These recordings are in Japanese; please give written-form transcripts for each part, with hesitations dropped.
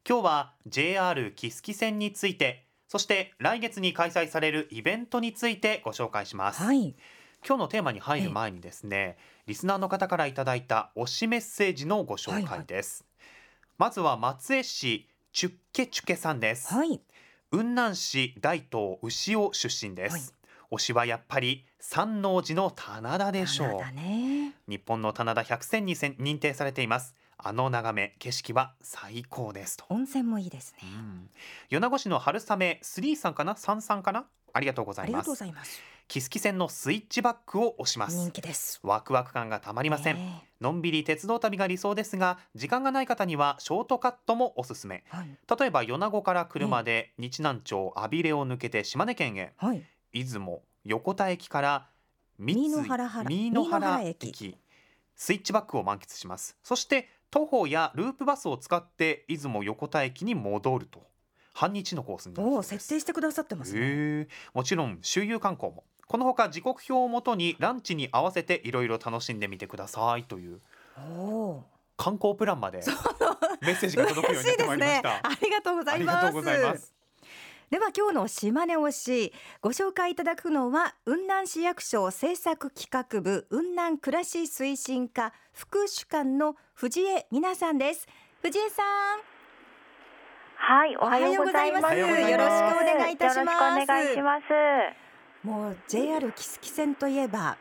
今日は JR 木次線について、そして来月に開催されるイベントについてご紹介します。 はい。 今日のテーマに入る前にですね、リスナーの方からいただいた推しメッセージのご紹介です。まずは松江市チュッケチュケさんです。 はい。 雲南市大東牛尾出身ではい。 す。推しはやっぱり山王寺の棚田でしょ棚田ね。 う。日本の棚田100選に認定されています。あの眺め景色は最高ですと。 温泉もいいですね。 米子市の春雨3さんかな3さんかな、ありがとうござありがとうごいます。 ざいます。 木次線のスイッチバックを押しま人す。 気です。 ワクワク感がたまりません。 ねのんびり鉄道旅が理想ですが、時間がない方にはショートカットもおすすめ。 はい。 例えば米子から車で日南町安比例を抜けて島根県へ、 はい。 出雲横田駅から三の原三の原駅。 駅、スイッチバックを満喫します。そして徒歩やループバスを使って出雲横田駅に戻ると、半日のコースになるそうです。 設定してくださってますね。 もちろん周遊観光も。このほか時刻表をもとにランチに合わせていろいろ楽しんでみてくださいというおー観光プランまでメッセージが届くようになってまいりました。 嬉しいですね。ありがとうございます。 ありがとうございます。 では今日の島根推し、ご紹介いただくのは雲南市役所政策企画部雲南暮らし推進課副主幹の藤江美奈さんです。藤江さん、 はい、おはようございます。 おはようございます。 よろしくお願いいたします。 よろしくお願いします。 もう JR 木次線といえばはい、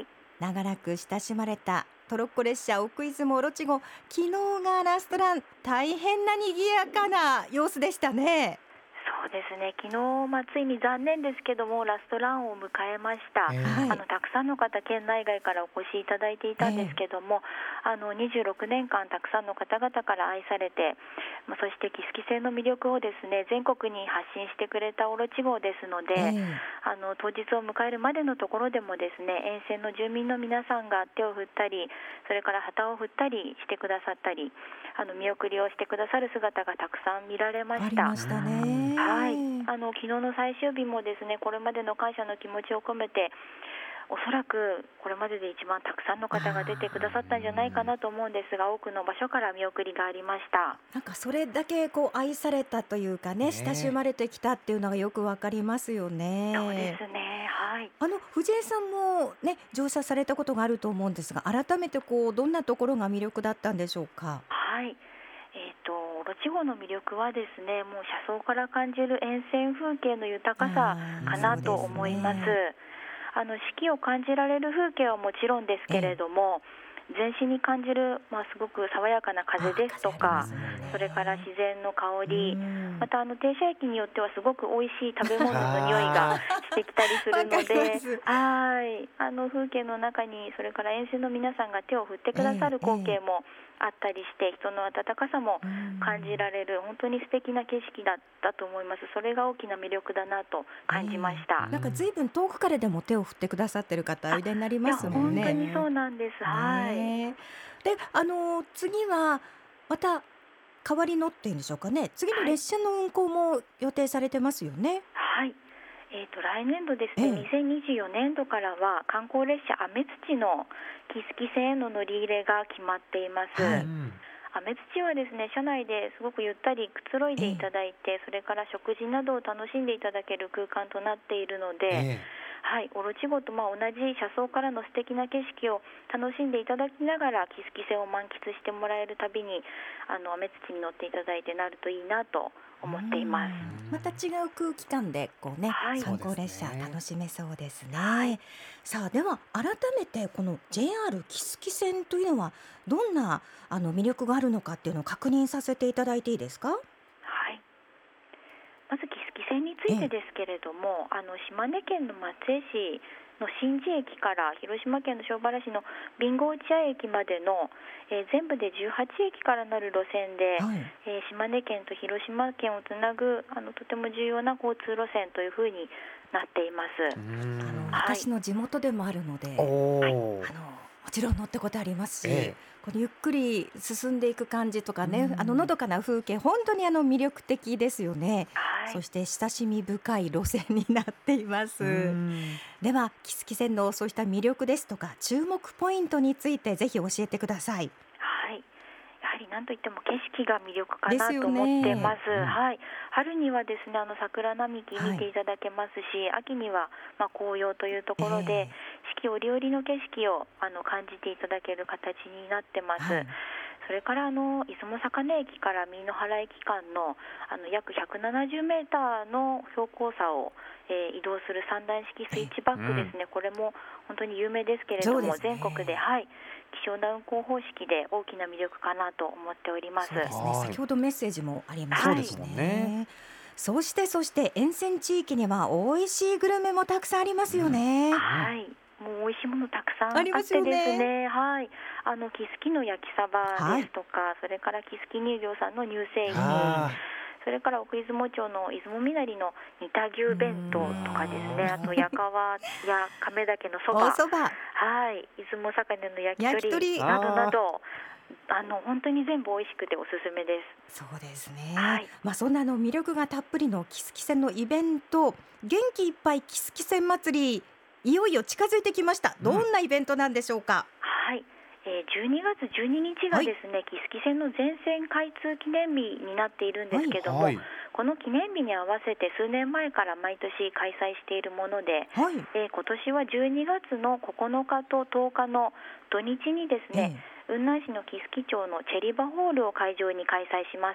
長らく親しまれたトロッコ列車奥出雲オロチ号、昨日がラストラン、大変な賑やかな様子でしたね。 そうですね。昨日、ついに残念ですけどもラストランを迎えました。 はい。 たくさんの方、県内外からお越しいただいていたんですけども、26年間たくさんの方々から愛されて、そして木次線の魅力をですね全国に発信してくれたオロチ号ですので、当日を迎えるまでのところでもですね沿線の住民の皆さんが手を振ったり、それから旗を振ったりしてくださったり、見送りをしてくださる姿がたくさん見られました。 ありましたね。 はい、昨日の最終日もですねこれまでの感謝の気持ちを込めて、おそらくこれまでで一番たくさんの方が出てくださったんじゃないかなと思うんですが、多くの場所から見送りがありました。 なんかそれだけこう愛されたというかね、親しまれてきたっていうのがよくわかりますよね。 そうですね。はい。 藤江さんもね乗車されたことがあると思うんですが、改めてこうどんなところが魅力だったんでしょうか。 はい。オロチ号の魅力はですね、もう車窓から感じる沿線風景の豊かさかなと思います。四季を感じられる風景はもちろんですけれども、全身に感じる、すごく爽やかな風ですとか、それから自然の香り、また停車駅によってはすごく美味しい食べ物の匂いがしてきたりするので、はい、風景の中にそれから沿線の皆さんが手を振ってくださる光景もあったりして、人の温かさも感じられる本当に素敵な景色だったと思います。それが大きな魅力だなと感じました。 なんか随分遠くからでも手を振ってくださってる方おいでになりますもんね。 本当にそうなんです。はい。 で、次はまた代わりのっていうんでしょうかね、次の列車の運行も予定されてますよね。 はい。来年度ですね、2024年度からは観光列車アメツチの木次線への乗り入れが決まっています。アメツチはですね車内ですごくゆったりくつろいでいただいて、それから食事などを楽しんでいただける空間となっているので、はい、オロチ号と同じ車窓からの素敵な景色を楽しんでいただきながら木次線を満喫してもらえる旅にアメツチに乗っていただいてなるといいなと思っています。 また違う空気感でこうね、観光列車楽しめそうですね。さあでは改めてこの JR 木次線というのはどんな魅力があるのかっていうのを確認させていただいていいですか。 はい。まず木次線についてですけれども、島根県の松江市の新地駅から広島県の庄原市の備後落合駅までの、全部で18駅からなる路線で、島根県と広島県をつなぐとても重要な交通路線というふうになっています。 私の地元でもあるので、もちろん乗ったことありますし、このゆっくり進んでいく感じとかね、のどかな風景本当に魅力的ですよね。そして親しみ深い路線になっています。では木次線のそうした魅力ですとか注目ポイントについてぜひ教えてください。 はい。やははりなんといっても景色が魅力かなと思ってます。はい、春にはですね桜並木見ていただけますし、秋には紅葉というところで、四季折々の景色を感じていただける形になってます。それから出雲坂根駅から三野原駅間の約170メーターの標高差を、移動する三段式スイッチバックですね、これも本当に有名ですけれども、全国で、希少な運行方式で大きな魅力かなと思っております。 そうですね、先ほどメッセージもありましたね。そして沿線地域には美味しいグルメもたくさんありますよね。 もう美味しいものたくさんあってですね、木次の焼きサバですとか、それから木次乳業さんの乳製品、それから奥出雲町の出雲みなりの煮田牛弁当とかですね、あと矢川や亀岳のそば、出雲坂根の焼き鳥などなど、本当に全部美味しくておすすめです。 そうですね、そんな魅力がたっぷりの木次線のイベント、元気いっぱい木次線祭り、いよいよ近づいてきました。どんなイベントなんでしょうか。 12月12日がですね、木次線の全線開通記念日になっているんですけども、この記念日に合わせて数年前から毎年開催しているもので、今年は12月の9日と10日の土日にですね、雲南市の木次町のチェリバホールを会場に開催します。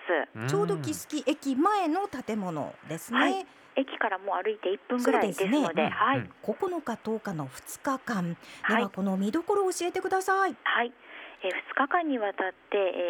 ちょうど木次駅前の建物ですね。 駅からもう歩いて1分ぐらいですので、 9日10日の2日間では、この見どころを教えてください。 2日間にわたって、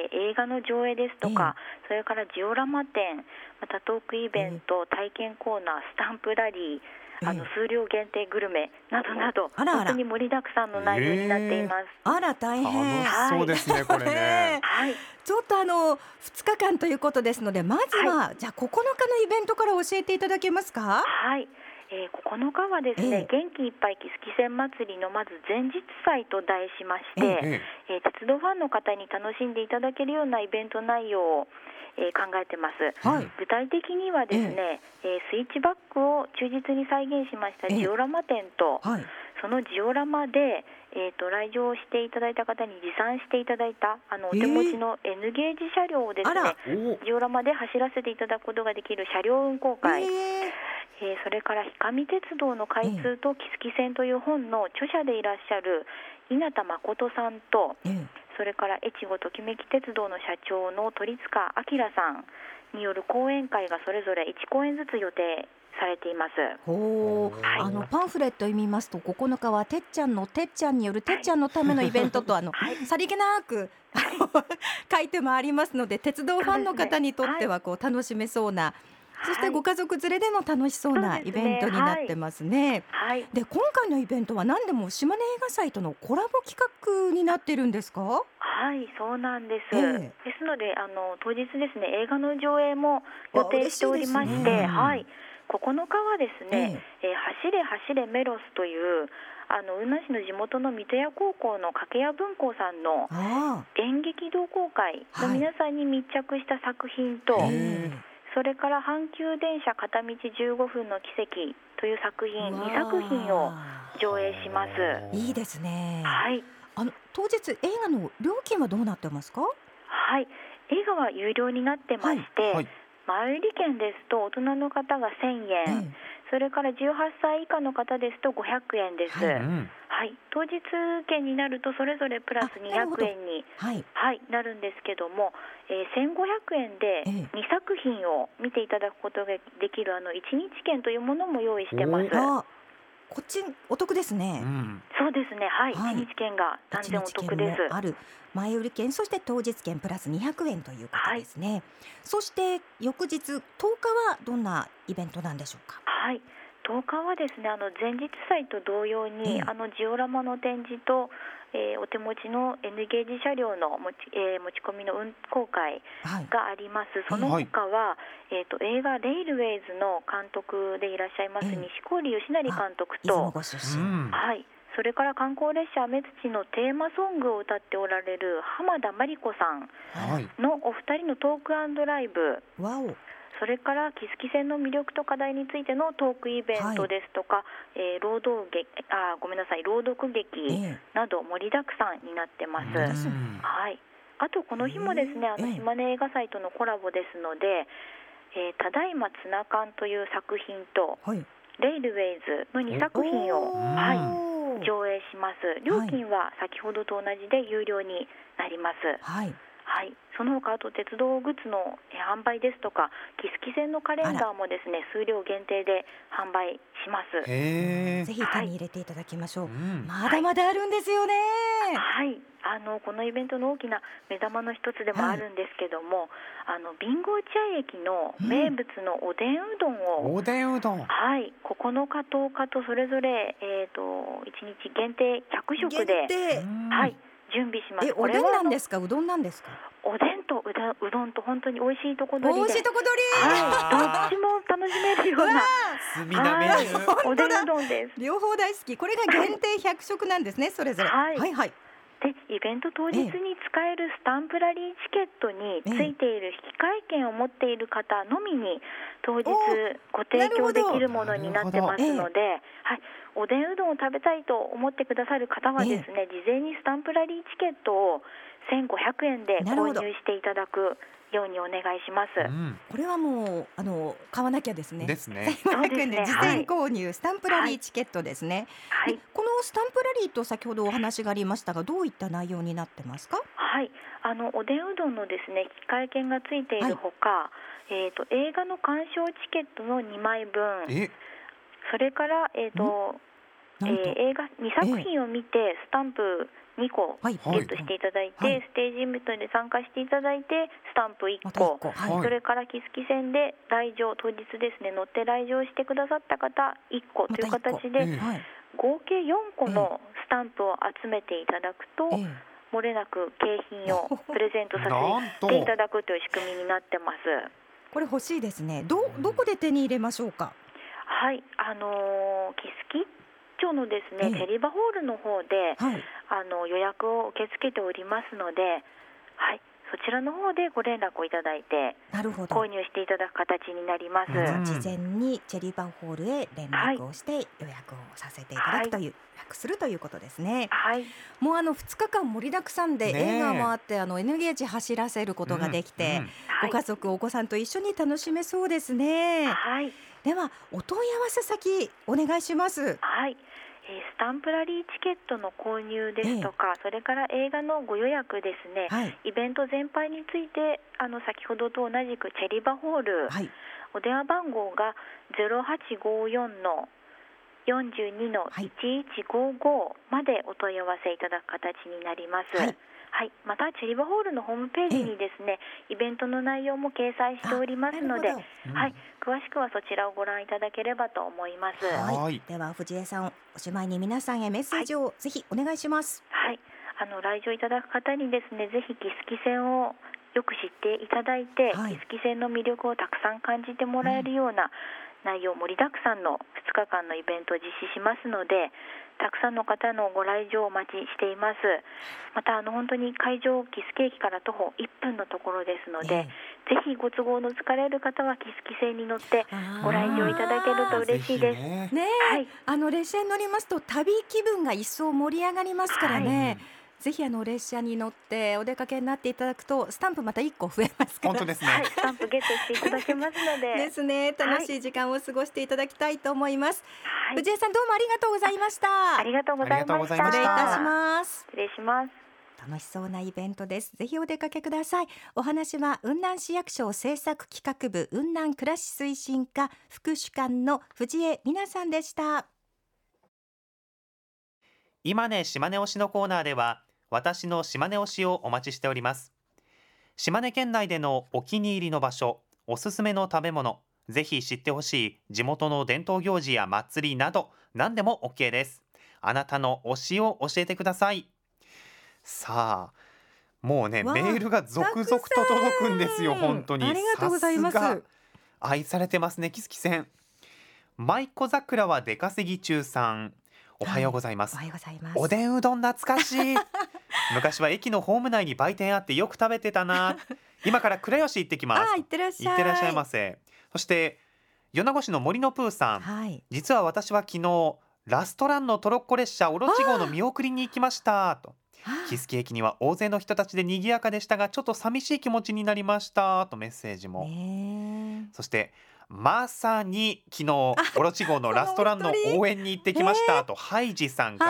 映画の上映ですとか、それからジオラマ展、またトークイベント、体験コーナー、スタンプラリー、数量限定グルメなどなど、本当に盛りだくさんの内容になっています。 大変そうですね、これね。 ちょっと2日間ということですので、まずは、じゃあ9日のイベントから教えていただけますか。 9日はですね、元気いっぱい木次線祭りのまず前日祭と題しまして、鉄道ファンの方に楽しんでいただけるようなイベント内容を考えてます。具体的にはですね、スイッチバックを忠実に再現しましたジオラマ展と、そのジオラマで、来場していただいた方に持参していただいたお手持ちの N ゲージ車両をですね、ジオラマで走らせていただくことができる車両運行会、それから氷上鉄道の開通と木次線という本の著者でいらっしゃる稲田誠さんと、それから越後ときめき鉄道の社長の鳥塚明さんによる講演会がそれぞれ1講演ずつ予定されています。 パンフレットを見ますと、9日はてっちゃんによるてっちゃんのためのイベントとさりげなく書いてもありますので、鉄道ファンの方にとっては楽しめそうな、そしてご家族連れでも楽しそうなイベントになってますね。で、今回のイベントは何でも島根映画祭とのコラボ企画になっているんですか。 そうなんです。ですので当日ですね、映画の上映も予定しておりまして、9日はですね、走れ走れメロスという雲南市の地元の水戸屋高校の掛屋文庫さんの演劇同好会の皆さんに密着した作品と、それから阪急電車片道15分の奇跡という作品2作品を上映します。 いいですね。当日映画の料金はどうなってますか。 映画は有料になってまして、前売り券ですと大人の方が1000円、それから18歳以下の方ですと500円です。当日券になるとそれぞれプラス200円になるんですけども、1500円で2作品を見ていただくことができる1日券というものも用意してます。 こっちお得ですね。 そうですね、1日券が断然お得です。 ある前売り券、そして当日券プラス200円ということですね。そして翌日10日はどんなイベントなんでしょうか。 10日はですね、前日祭と同様に、ジオラマの展示と、お手持ちの N ゲージ車両の持ち込みの運行会があります。その他は、映画レイルウェイズの監督でいらっしゃいます西郡義成監督と、それから観光列車雨土のテーマソングを歌っておられる浜田真理子さんのお二人のトーク&ライブ、それから木次線の魅力と課題についてのトークイベントですとか、朗読劇など盛りだくさんになってます。 あとこの日もですね、島根映画祭とのコラボですので、ただいまツナ缶という作品と、レイルウェイズの2作品を、上映します。料金は先ほどと同じで有料になります。その他あと鉄道グッズの販売ですとか、キスキ線のカレンダーもですね、数量限定で販売します。 ぜひ手に入れていただきましょう。まだまだあるんですよね。 このイベントの大きな目玉の一つでもあるんですけども、備後落合駅の名物のおでんうどんを、9日10日とそれぞれ、1日限定100食で準備します。 おでんなんですか、うどんなんですか？ おでんとうどんと本当に美味しいとこ取りで、 美味しいとこ取り、 どっちも楽しめるような隅田メニュー、 おでんうどんです。 両方大好き。これが限定100食なんですね、それぞれ。 でイベント当日に使えるスタンプラリーチケットについている引換券を持っている方のみに当日ご提供できるものになってますので、おでんうどんを食べたいと思ってくださる方はですね、事前にスタンプラリーチケットを1500円で購入していただくようにお願いします。 これはもう買わなきゃですね。 1500 円で事前購入、スタンプラリーチケットですね。このスタンプラリーと先ほどお話がありましたが、どういった内容になってますか？ おでんうどんのですね、引換券がついているほか、映画の鑑賞チケットの2枚分、それから映画2作品を見てスタンプ2個ゲットしていただいて、ステージイベントで参加していただいてスタンプ1個、それからキスキ線で来場当日ですね、乗って来場してくださった方1個という形で、合計4個のスタンプを集めていただくと、漏れなく景品をプレゼントさせていただくという仕組みになってます。 これ欲しいですね。どこで手に入れましょうか？ キスキッチョのですね、チェリバホールの方で、予約を受け付けておりますので、そちらの方でご連絡をいただいて購入していただく形になります。 事前にチェリバホールへ連絡をして予約をさせていただくという、予約するということですね。もう2日間盛りだくさんで、映画もあって、Nゲージ走らせることができて、ご家族お子さんと一緒に楽しめそうですね。ではお問い合わせ先お願いします。 スタンプラリーチケットの購入ですとか、それから映画のご予約ですね、イベント全般について先ほどと同じくチェリバホール、お電話番号が 0854-42-1155 までお問い合わせいただく形になります。またチェリバホールのホームページにですね、イベントの内容も掲載しておりますので、詳しくはそちらをご覧いただければと思います。 では藤江さん、おしまいに皆さんへメッセージをぜひお願いします。 来場いただく方にですね、ぜひキスキ線をよく知っていただいて、キスキ線の魅力をたくさん感じてもらえるような内容盛りだくさんの2日間のイベントを実施しますので、たくさんの方のご来場をお待ちしています。また本当に会場キスケ駅から徒歩1分のところですので、ぜひご都合の疲れる方はキスキ線に乗ってご来場いただけると嬉しいです。 列車に乗りますと旅気分が一層盛り上がりますからね。ぜひ列車に乗ってお出かけになっていただくと、スタンプまた1個増えますから。 本当ですね。 スタンプゲットしていただけますのでですね、楽しい時間を過ごしていただきたいと思います。藤江さん、どうもありがとうございました。 ありがとうございました。 失礼いたします。 失礼します。 楽しそうなイベントです。ぜひお出かけください。お話は雲南市役所政策企画部雲南暮らし推進課副主幹の藤江美奈さんでした。 今ね島根推しのコーナーでは、私の島根推しをお待ちしております。島根県内でのお気に入りの場所、おすすめの食べ物、ぜひ知ってほしい地元の伝統行事や祭りなど何でも OK です。あなたの推しを教えてください。さあ、もうねメールが続々と届くんですよ。本当にありがとうございます。 さすが愛されてますね、キスキ線。舞妓桜は出稼ぎ中さん、おはようございます。おでんうどん懐かしい昔は駅のホーム内に売店あってよく食べてたな。今から倉吉行ってきます。 いってらっしゃい。 いってらっしゃいませ。そして米子市の森のプーさん、実は私は昨日ラストランのトロッコ列車オロチ号の見送りに行きましたと。 木槻駅には大勢の人たちで賑やかでしたが、ちょっと寂しい気持ちになりましたとメッセージも。そしてまさに昨日オロチ号のラストランの応援に行ってきましたとハイジさんから。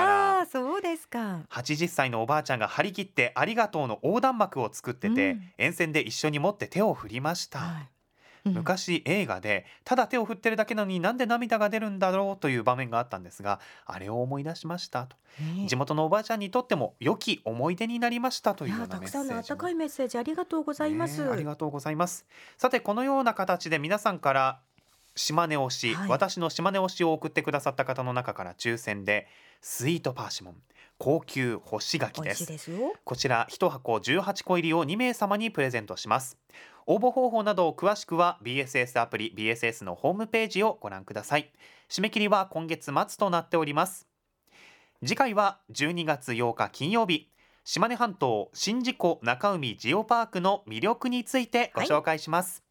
そうですか。 80歳のおばあちゃんが張り切ってありがとうの横断幕を作ってて、沿線で一緒に持って手を振りました。昔映画でただ手を振ってるだけなのになんで涙が出るんだろうという場面があったんですが、あれを思い出しましたと。地元のおばあちゃんにとっても良き思い出になりましたというようなメッセージも。 たくさんの温かいメッセージありがとうございます。 ありがとうございます。さて、このような形で皆さんから島根推し、私の島根推しを送ってくださった方の中から抽選でスイートパーシモン高級干し柿です。こちら1箱18個入りを2名様にプレゼントします。応募方法など詳しくは BSS アプリ BSS のホームページをご覧ください。締め切りは今月末となっております。次回は12月8日金曜日、島根半島宍道湖中海ジオパークの魅力についてご紹介します。